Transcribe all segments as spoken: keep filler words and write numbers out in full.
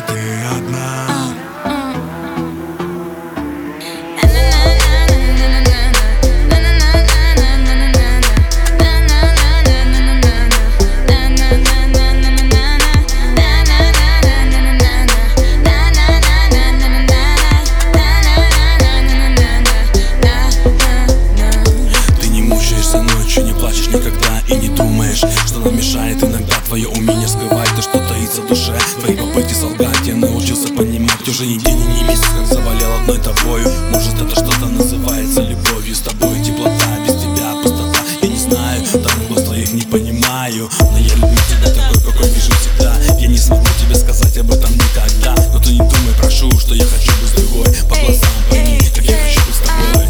ты одна. Ночью не плачешь никогда и не думаешь, что нам мешает иногда твое умение скрывать то, что таится в душе. Твои попытки солгать я научился понимать. Уже не день и не месяц, как завалял одной тобою. Может, это что-то называется любовью. С тобой теплота, без тебя пустота. Я не знаю, тайных глаз твоих не понимаю, но я люблю тебя такой, какой вижу всегда. Я не смогу тебе сказать об этом никогда, но ты не думай, прошу, что я хочу быть с другой. По глазам пойми, как я хочу быть с тобой.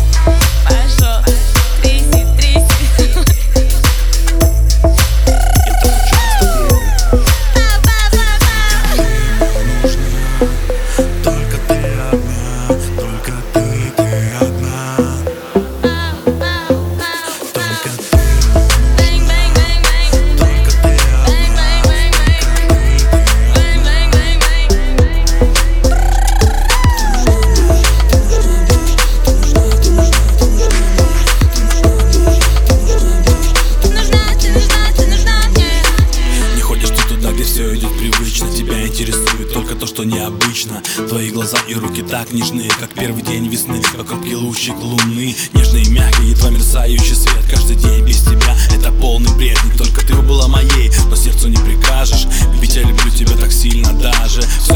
Все идет привычно, тебя интересует только то, что необычно. Твои глаза и руки так нежны, как первый день весны, вокруг лучик луны. Нежный и мягкий, едва мерцающий свет. Каждый день без тебя это полный бред. Не только ты была моей, но сердцу не прикажешь, ведь я люблю тебя так сильно даже.